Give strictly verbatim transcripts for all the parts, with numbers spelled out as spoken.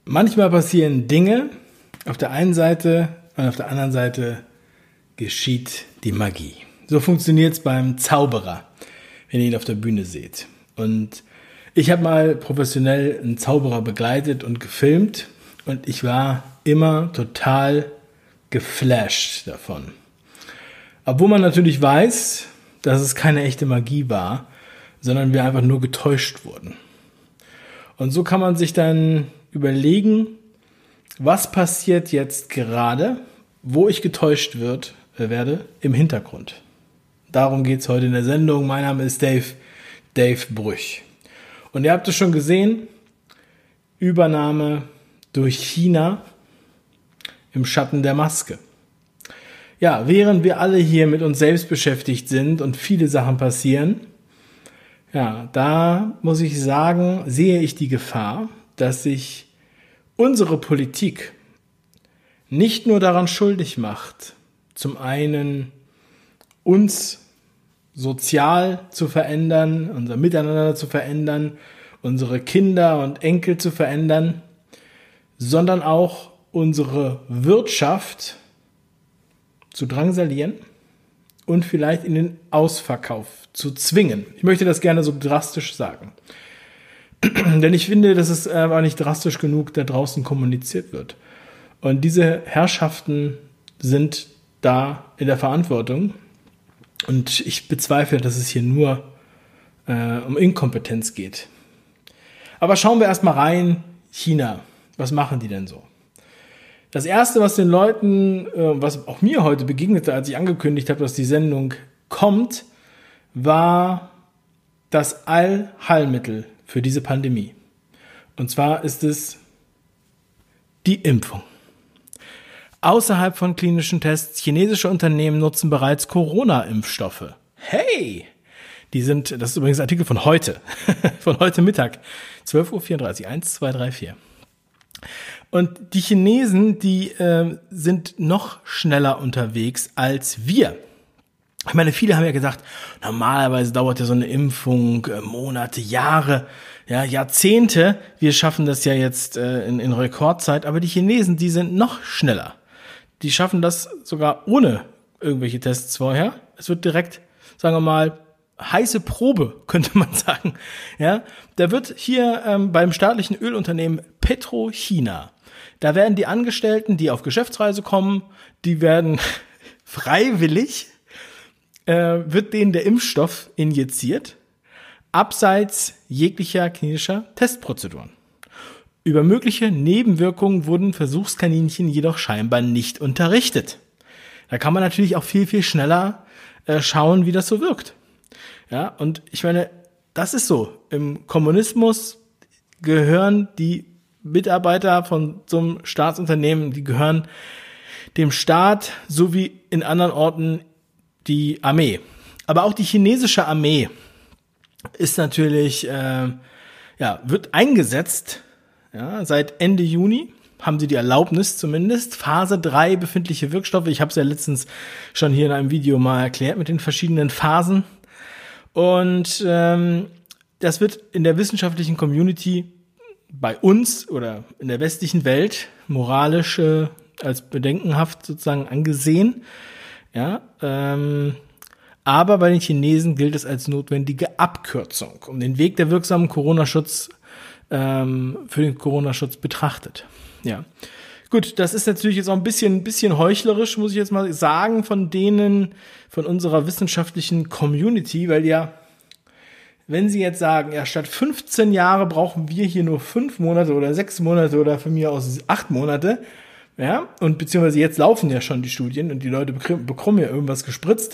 Manchmal passieren Dinge auf der einen Seite und auf der anderen Seite geschieht die Magie. So funktioniert es beim Zauberer, wenn ihr ihn auf der Bühne seht. Und ich habe mal professionell einen Zauberer begleitet und gefilmt und ich war immer total geflasht davon. Obwohl man natürlich weiß, dass es keine echte Magie war, sondern wir einfach nur getäuscht wurden. Und so kann man sich dann überlegen, was passiert jetzt gerade, wo ich getäuscht wird, äh, werde, im Hintergrund. Darum geht es heute in der Sendung. Mein Name ist Dave, Dave Brüch. Und ihr habt es schon gesehen, Übernahme durch China im Schatten der Maske. Ja, während wir alle hier mit uns selbst beschäftigt sind und viele Sachen passieren, ja, da muss ich sagen, sehe ich die Gefahr, dass sich unsere Politik nicht nur daran schuldig macht, zum einen uns sozial zu verändern, unser Miteinander zu verändern, unsere Kinder und Enkel zu verändern, sondern auch unsere Wirtschaft zu drangsalieren und vielleicht in den Ausverkauf zu zwingen. Ich möchte das gerne so drastisch sagen. Denn ich finde, dass es aber nicht drastisch genug da draußen kommuniziert wird. Und diese Herrschaften sind da in der Verantwortung. Und ich bezweifle, dass es hier nur äh, um Inkompetenz geht. Aber schauen wir erstmal rein. China, was machen die denn so? Das Erste, was den Leuten, äh, was auch mir heute begegnete, als ich angekündigt habe, dass die Sendung kommt, war das Allheilmittel für diese Pandemie. Und zwar ist es die Impfung. Außerhalb von klinischen Tests, chinesische Unternehmen nutzen bereits Corona-Impfstoffe. Hey! Die sind, das ist übrigens ein Artikel von heute, von heute Mittag, zwölf Uhr vierunddreißig, eins, zwei, drei, vier. Und die Chinesen, die äh, sind noch schneller unterwegs als wir. Ich meine, viele haben ja gesagt, normalerweise dauert ja so eine Impfung äh, Monate, Jahre, ja, Jahrzehnte. Wir schaffen das ja jetzt äh, in, in Rekordzeit. Aber die Chinesen, die sind noch schneller. Die schaffen das sogar ohne irgendwelche Tests vorher. Es wird direkt, sagen wir mal, heiße Probe, könnte man sagen. Ja, da wird hier ähm, beim staatlichen Ölunternehmen PetroChina, da werden die Angestellten, die auf Geschäftsreise kommen, die werden freiwillig, äh, wird denen der Impfstoff injiziert, abseits jeglicher klinischer Testprozeduren. Über mögliche Nebenwirkungen wurden Versuchskaninchen jedoch scheinbar nicht unterrichtet. Da kann man natürlich auch viel, viel schneller äh, schauen, wie das so wirkt. Ja, und ich meine, das ist so. Im Kommunismus gehören die Mitarbeiter von so einem Staatsunternehmen, die gehören dem Staat, so wie in anderen Orten die Armee. Aber auch die chinesische Armee ist natürlich, äh, ja, wird eingesetzt. Ja, seit Ende Juni haben sie die Erlaubnis zumindest, Phase drei befindliche Wirkstoffe. Ich habe es ja letztens schon hier in einem Video mal erklärt mit den verschiedenen Phasen. Und ähm, das wird in der wissenschaftlichen Community bei uns oder in der westlichen Welt moralisch äh, als bedenkenhaft sozusagen angesehen. Ja, ähm, aber bei den Chinesen gilt es als notwendige Abkürzung, um den Weg der wirksamen Corona-Schutz ähm, für den Corona-Schutz betrachtet. Ja, gut, das ist natürlich jetzt auch ein bisschen, ein bisschen heuchlerisch, muss ich jetzt mal sagen, von denen, von unserer wissenschaftlichen Community, weil ja, wenn sie jetzt sagen, ja, statt fünfzehn Jahre brauchen wir hier nur fünf Monate oder sechs Monate oder von mir aus acht Monate, ja, und beziehungsweise jetzt laufen ja schon die Studien und die Leute bekommen ja irgendwas gespritzt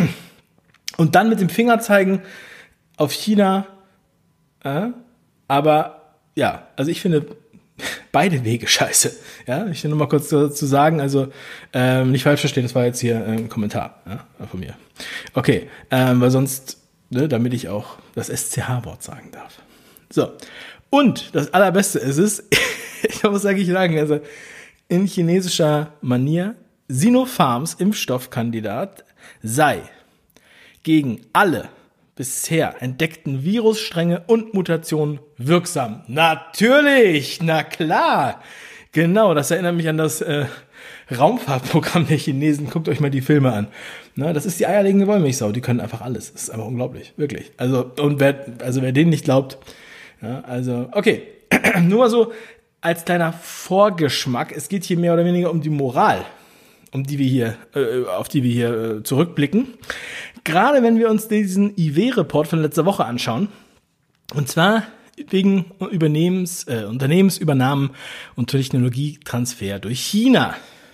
und dann mit dem Finger zeigen auf China, äh, aber ja, also ich finde beide Wege scheiße. Ja, ich will nur mal kurz dazu sagen, also ähm, nicht falsch verstehen, das war jetzt hier ein Kommentar, ja, von mir. Okay, ähm, weil sonst, ne, damit ich auch das S C H-Wort sagen darf. So, und das Allerbeste ist es, ich muss eigentlich sagen, also in chinesischer Manier, Sinopharms Impfstoffkandidat sei gegen alle bisher entdeckten Virusstränge und Mutationen wirksam? Natürlich, na klar. Genau, das erinnert mich an das äh, Raumfahrtprogramm der Chinesen. Guckt euch mal die Filme an. Na, das ist die eierlegende Wollmilchsau. Die können einfach alles. Das ist einfach unglaublich, wirklich. Also und wer, also wer denen nicht glaubt, ja, also okay, nur mal so als kleiner Vorgeschmack. Es geht hier mehr oder weniger um die Moral, um die wir hier, äh, auf die wir hier äh, zurückblicken. Gerade wenn wir uns diesen I W-Report von letzter Woche anschauen, und zwar wegen Übernehmens, äh, Unternehmensübernahmen und Technologietransfer durch China.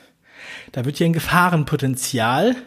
Da wird hier ein Gefahrenpotenzial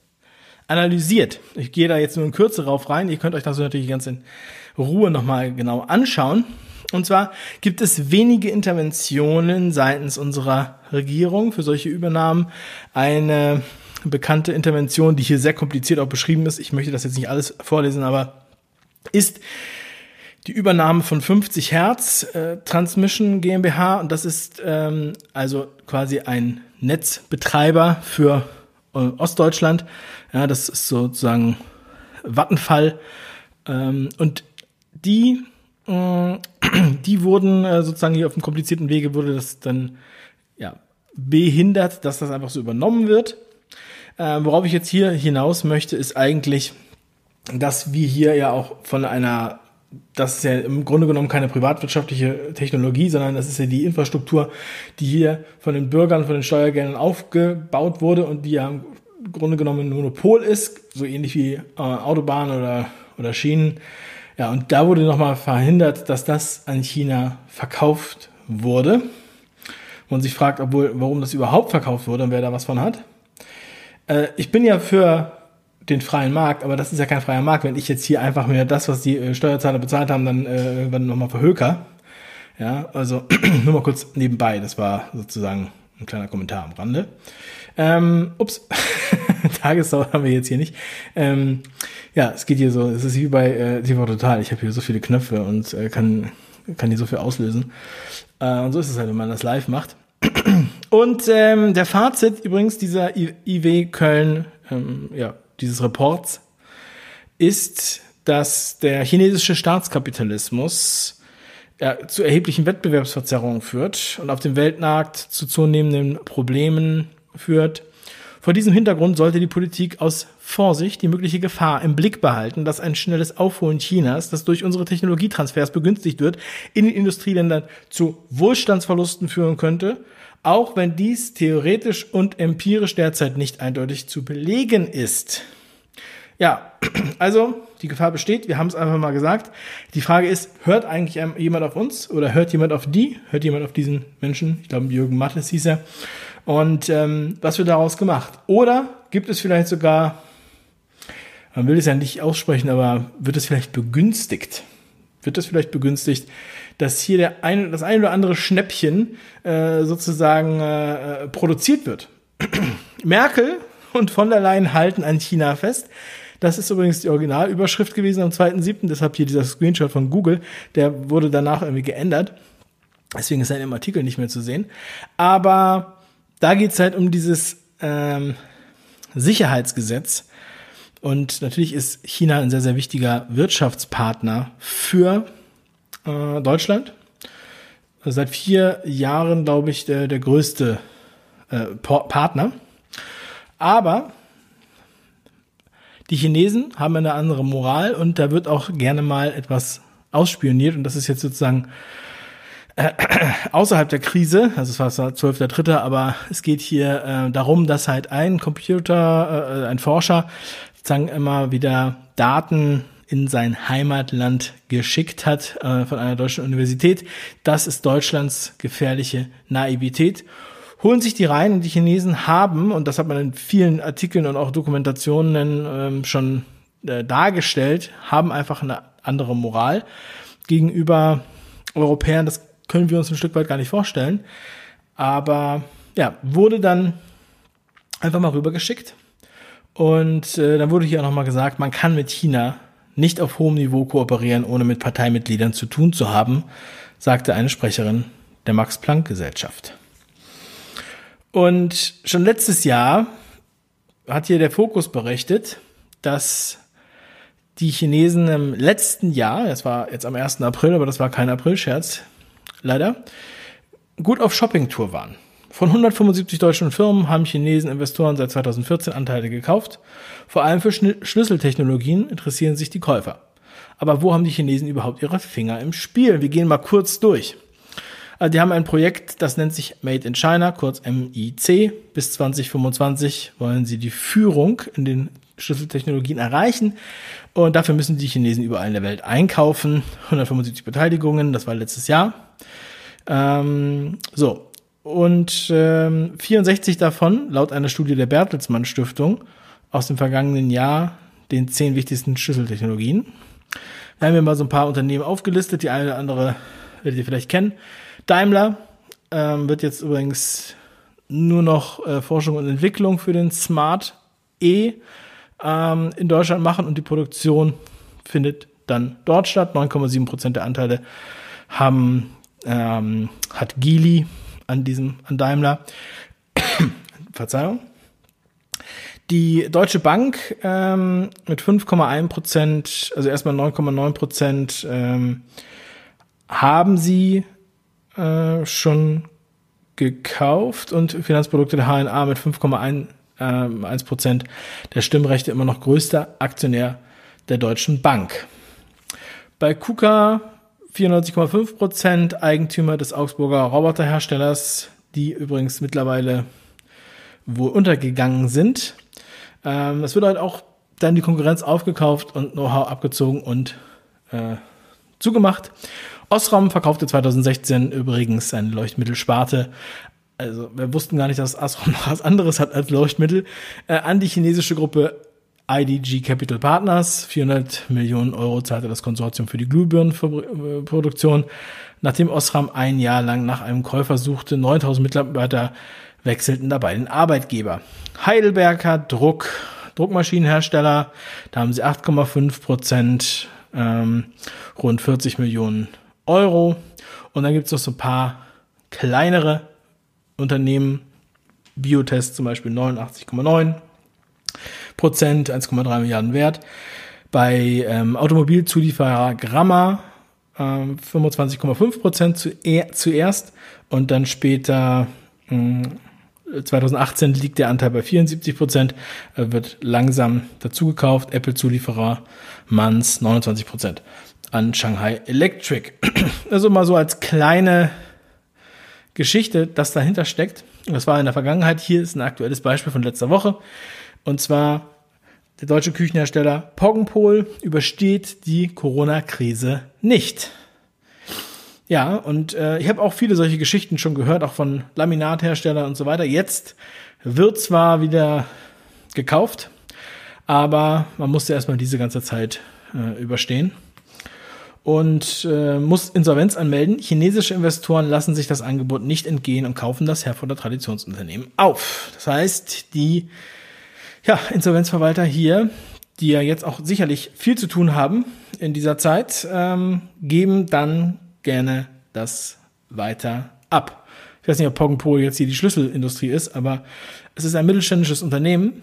analysiert. Ich gehe da jetzt nur in Kürze rauf rein. Ihr könnt euch das natürlich ganz in Ruhe nochmal genau anschauen. Und zwar gibt es wenige Interventionen seitens unserer Regierung für solche Übernahmen. Eine bekannte Intervention, die hier sehr kompliziert auch beschrieben ist, ich möchte das jetzt nicht alles vorlesen, aber ist die Übernahme von fünfzig Hertz äh, Transmission GmbH, und das ist ähm, also quasi ein Netzbetreiber für äh, Ostdeutschland. Ja, das ist sozusagen Vattenfall. Ähm, und die, äh, die wurden äh, sozusagen hier auf dem komplizierten Wege wurde das dann ja behindert, dass das einfach so übernommen wird. Äh, worauf ich jetzt hier hinaus möchte, ist eigentlich, dass wir hier ja auch von einer, das ist ja im Grunde genommen keine privatwirtschaftliche Technologie, sondern das ist ja die Infrastruktur, die hier von den Bürgern, von den Steuergeldern aufgebaut wurde und die ja im Grunde genommen ein Monopol ist, so ähnlich wie äh, Autobahnen oder, oder Schienen. Ja, und da wurde nochmal verhindert, dass das an China verkauft wurde. Man sich fragt, obwohl, warum das überhaupt verkauft wurde und wer da was von hat. Äh, ich bin ja für den freien Markt, aber das ist ja kein freier Markt, wenn ich jetzt hier einfach mir das, was die äh, Steuerzahler bezahlt haben, dann äh, irgendwann nochmal verhöker. Ja, also nur mal kurz nebenbei, das war sozusagen ein kleiner Kommentar am Rande. Ähm, ups, Tagesschau haben wir jetzt hier nicht. Ähm, ja, es geht hier so, es ist wie bei äh, T V Total, ich habe hier so viele Knöpfe und äh, kann, kann hier so viel auslösen. Äh, und so ist es halt, wenn man das live macht. Und ähm, der Fazit übrigens dieser I W Köln, ähm, ja, dieses Reports, ist, dass der chinesische Staatskapitalismus ja, zu erheblichen Wettbewerbsverzerrungen führt und auf dem Weltmarkt zu zunehmenden Problemen führt. Vor diesem Hintergrund sollte die Politik aus Vorsicht die mögliche Gefahr im Blick behalten, dass ein schnelles Aufholen Chinas, das durch unsere Technologietransfers begünstigt wird, in den Industrieländern zu Wohlstandsverlusten führen könnte, auch wenn dies theoretisch und empirisch derzeit nicht eindeutig zu belegen ist. Ja, also die Gefahr besteht, wir haben es einfach mal gesagt. Die Frage ist, hört eigentlich jemand auf uns oder hört jemand auf die? Hört jemand auf diesen Menschen? Ich glaube, Jürgen Mattes hieß er. Und ähm, was wird daraus gemacht? Oder gibt es vielleicht sogar, man will es ja nicht aussprechen, aber wird es vielleicht begünstigt? Wird es vielleicht begünstigt, dass hier der ein, das ein oder andere Schnäppchen äh, sozusagen äh, produziert wird? Merkel und von der Leyen halten an China fest. Das ist übrigens die Originalüberschrift gewesen am zweiten siebten Deshalb hier dieser Screenshot von Google. Der wurde danach irgendwie geändert. Deswegen ist er im Artikel nicht mehr zu sehen. Aber da geht es halt um dieses ähm, Sicherheitsgesetz. Und natürlich ist China ein sehr, sehr wichtiger Wirtschaftspartner für äh, Deutschland. Seit vier Jahren, glaube ich, der, der größte äh, Partner. Aber die Chinesen haben eine andere Moral und da wird auch gerne mal etwas ausspioniert. Und das ist jetzt sozusagen äh, außerhalb der Krise, also es war zwar zwölfter dritter aber es geht hier äh, darum, dass halt ein Computer, äh, ein Forscher sozusagen immer wieder Daten in sein Heimatland geschickt hat äh, von einer deutschen Universität. Das ist Deutschlands gefährliche Naivität. Holen sich die rein und die Chinesen haben, und das hat man in vielen Artikeln und auch Dokumentationen ähm, schon äh, dargestellt, haben einfach eine andere Moral gegenüber Europäern. Das können wir uns ein Stück weit gar nicht vorstellen. Aber ja, wurde dann einfach mal rübergeschickt. Und äh, dann wurde hier auch nochmal gesagt, man kann mit China nicht auf hohem Niveau kooperieren, ohne mit Parteimitgliedern zu tun zu haben, sagte eine Sprecherin der Max-Planck-Gesellschaft. Und schon letztes Jahr hat hier der Fokus berichtet, dass die Chinesen im letzten Jahr, das war jetzt am ersten April, aber das war kein Aprilscherz, leider, gut auf Shoppingtour waren. Von hundertfünfundsiebzig deutschen Firmen haben Chinesen Investoren seit zweitausendvierzehn Anteile gekauft. Vor allem für Schlüsseltechnologien interessieren sich die Käufer. Aber wo haben die Chinesen überhaupt ihre Finger im Spiel? Wir gehen mal kurz durch. Also die haben ein Projekt, das nennt sich Made in China, kurz M I C. Bis zwanzig fünfundzwanzig wollen sie die Führung in den Schlüsseltechnologien erreichen. Und dafür müssen die Chinesen überall in der Welt einkaufen. hundertfünfundsiebzig Beteiligungen, das war letztes Jahr. Ähm, so. Und ähm, vierundsechzig davon, laut einer Studie der Bertelsmann Stiftung aus dem vergangenen Jahr, den zehn wichtigsten Schlüsseltechnologien. Wir haben hier mal so ein paar Unternehmen aufgelistet, die eine oder andere werdet ihr vielleicht kennen. Daimler ähm, wird jetzt übrigens nur noch äh, Forschung und Entwicklung für den Smart E ähm, in Deutschland machen und die Produktion findet dann dort statt. neun Komma sieben Prozent der Anteile haben, ähm, hat Geely an diesem, an Daimler. Verzeihung. Die Deutsche Bank ähm, mit fünf Komma eins Prozent, also erstmal neun Komma neun Prozent ähm, haben sie äh, schon gekauft und Finanzprodukte der H N A mit fünf Komma eins Prozent der Stimmrechte immer noch größter Aktionär der Deutschen Bank. Bei KUKA vierundneunzig Komma fünf Prozent Eigentümer des Augsburger Roboterherstellers, die übrigens mittlerweile wohl untergegangen sind. Ähm, es wird halt auch dann die Konkurrenz aufgekauft und Know-how abgezogen und äh, zugemacht. Osram verkaufte zweitausendsechzehn übrigens eine Leuchtmittelsparte. Also wir wussten gar nicht, dass Osram noch was anderes hat als Leuchtmittel. Äh, an die chinesische Gruppe I D G Capital Partners. vierhundert Millionen Euro zahlte das Konsortium für die Glühbirnenproduktion. Nachdem Osram ein Jahr lang nach einem Käufer suchte, neuntausend Mitarbeiter wechselten dabei den Arbeitgeber. Heidelberger Druck, Druckmaschinenhersteller, da haben sie acht Komma fünf Prozent, ähm, rund vierzig Millionen Euro. Und dann gibt es noch so ein paar kleinere Unternehmen, Biotest zum Beispiel neunundachtzig Komma neun Prozent, eins Komma drei Milliarden wert. Bei ähm, Automobilzulieferer Gramma ähm, fünfundzwanzig Komma fünf Prozent zu, äh, zuerst und dann später mh, zweitausendachtzehn liegt der Anteil bei vierundsiebzig Prozent, äh, wird langsam dazugekauft. Apple-Zulieferer Manns neunundzwanzig Prozent an Shanghai Electric. Also mal so als kleine Geschichte, das dahinter steckt. Das war in der Vergangenheit. Hier ist ein aktuelles Beispiel von letzter Woche. Und zwar der deutsche Küchenhersteller Poggenpol übersteht die Corona-Krise nicht. Ja, und äh, ich habe auch viele solche Geschichten schon gehört, auch von Laminatherstellern und so weiter. Jetzt wird zwar wieder gekauft, aber man musste erstmal diese ganze Zeit äh, überstehen und äh, muss Insolvenz anmelden. Chinesische Investoren lassen sich das Angebot nicht entgehen und kaufen das Herforder Traditionsunternehmen auf. Das heißt, die ja, Insolvenzverwalter hier, die ja jetzt auch sicherlich viel zu tun haben in dieser Zeit, ähm, geben dann gerne das weiter ab. Ich weiß nicht, ob Poggenpol jetzt hier die Schlüsselindustrie ist, aber es ist ein mittelständisches Unternehmen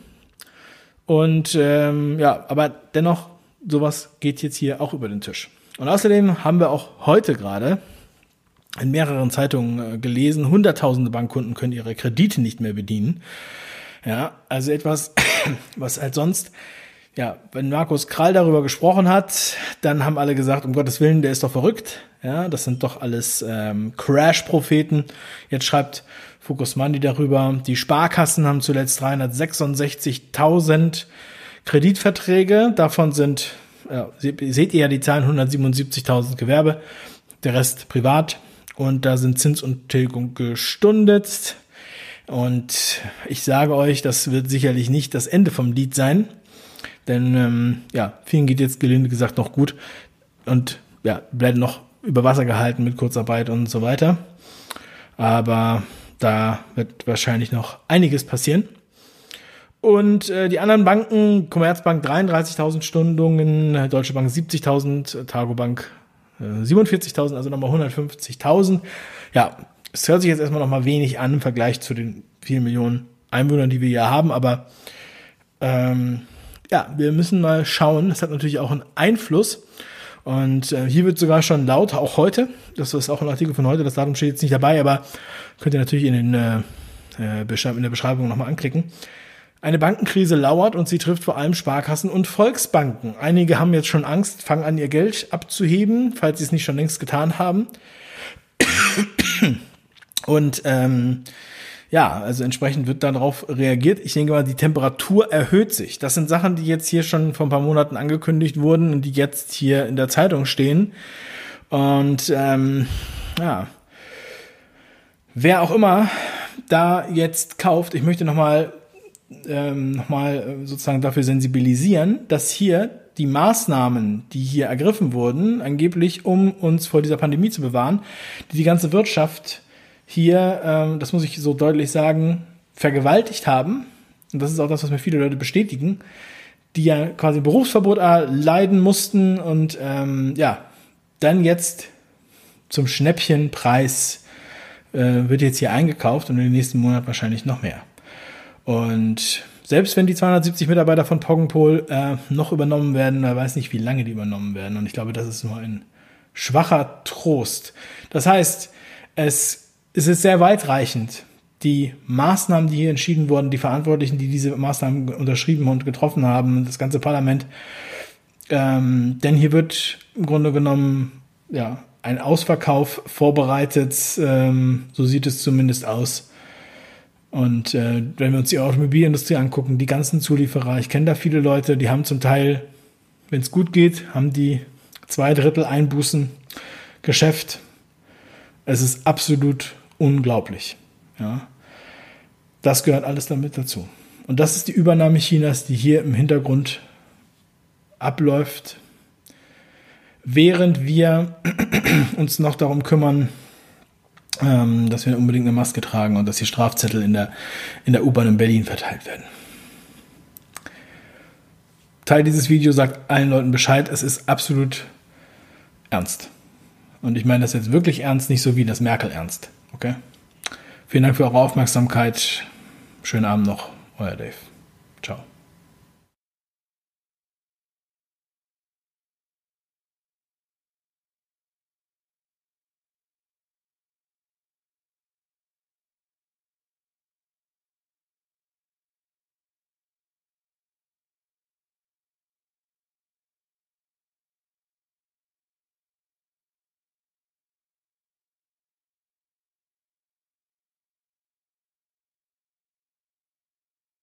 und ähm, ja, aber dennoch, sowas geht jetzt hier auch über den Tisch. Und außerdem haben wir auch heute gerade in mehreren Zeitungen gelesen, hunderttausende Bankkunden können ihre Kredite nicht mehr bedienen. Ja, also etwas, was halt sonst, ja, wenn Markus Krall darüber gesprochen hat, dann haben alle gesagt, um Gottes Willen, der ist doch verrückt. Ja, das sind doch alles ähm, Crash-Propheten. Jetzt schreibt Focus Money darüber, die Sparkassen haben zuletzt dreihundertsechsundsechzigtausend Kreditverträge. Davon sind, ja, seht ihr ja die Zahlen, hundertsiebenundsiebzigtausend Gewerbe, der Rest privat. Und da sind Zins und Tilgung gestundet. Und ich sage euch, das wird sicherlich nicht das Ende vom Lied sein, denn ähm, ja, vielen geht jetzt gelinde gesagt noch gut und ja, bleiben noch über Wasser gehalten mit Kurzarbeit und so weiter. Aber da wird wahrscheinlich noch einiges passieren. Und äh, die anderen Banken, Commerzbank dreiunddreißigtausend Stundungen, Deutsche Bank siebzigtausend, Targobank äh, siebenundvierzigtausend, also nochmal hundertfünfzigtausend. Ja, es hört sich jetzt erstmal noch mal wenig an im Vergleich zu den vielen Millionen Einwohnern, die wir hier haben, aber ähm, ja, wir müssen mal schauen. Das hat natürlich auch einen Einfluss. Und äh, hier wird sogar schon laut, auch heute. Das ist auch ein Artikel von heute. Das Datum steht jetzt nicht dabei, aber könnt ihr natürlich in, den, äh, in der Beschreibung nochmal anklicken. Eine Bankenkrise lauert und sie trifft vor allem Sparkassen und Volksbanken. Einige haben jetzt schon Angst, fangen an, ihr Geld abzuheben, falls sie es nicht schon längst getan haben. Und ähm, ja, also entsprechend wird darauf reagiert. Ich denke mal, die Temperatur erhöht sich. Das sind Sachen, die jetzt hier schon vor ein paar Monaten angekündigt wurden und die jetzt hier in der Zeitung stehen. Und ähm, ja, wer auch immer da jetzt kauft, ich möchte nochmal ähm, nochmal sozusagen dafür sensibilisieren, dass hier die Maßnahmen, die hier ergriffen wurden, angeblich um uns vor dieser Pandemie zu bewahren, die die ganze Wirtschaft hier, ähm, das muss ich so deutlich sagen, vergewaltigt haben. Und das ist auch das, was mir viele Leute bestätigen, die ja quasi Berufsverbot erleiden mussten und ähm, ja, dann jetzt zum Schnäppchenpreis äh, wird jetzt hier eingekauft und in den nächsten Monaten wahrscheinlich noch mehr. Und selbst wenn die zweihundertsiebzig Mitarbeiter von Poggenpol äh, noch übernommen werden, wer weiß nicht, wie lange die übernommen werden. Und ich glaube, das ist nur ein schwacher Trost. Das heißt, es, es ist sehr weitreichend. Die Maßnahmen, die hier entschieden wurden, die Verantwortlichen, die diese Maßnahmen unterschrieben und getroffen haben, das ganze Parlament. Ähm, denn hier wird im Grunde genommen ja ein Ausverkauf vorbereitet. Ähm, so sieht es zumindest aus. Und äh, wenn wir uns die Automobilindustrie angucken, die ganzen Zulieferer, ich kenne da viele Leute, die haben zum Teil, wenn es gut geht, haben die zwei Drittel Einbußen Geschäft. Es ist absolut unglaublich. Ja. Das gehört alles damit dazu. Und das ist die Übernahme Chinas, die hier im Hintergrund abläuft, während wir uns noch darum kümmern, ähm, dass wir unbedingt eine Maske tragen und dass hier Strafzettel in der, in der U-Bahn in Berlin verteilt werden. Teil dieses Videos sagt allen Leuten Bescheid, es ist absolut ernst. Und ich meine das jetzt wirklich ernst, nicht so wie das Merkel ernst. Okay? Vielen Dank für eure Aufmerksamkeit. Schönen Abend noch, euer Dave.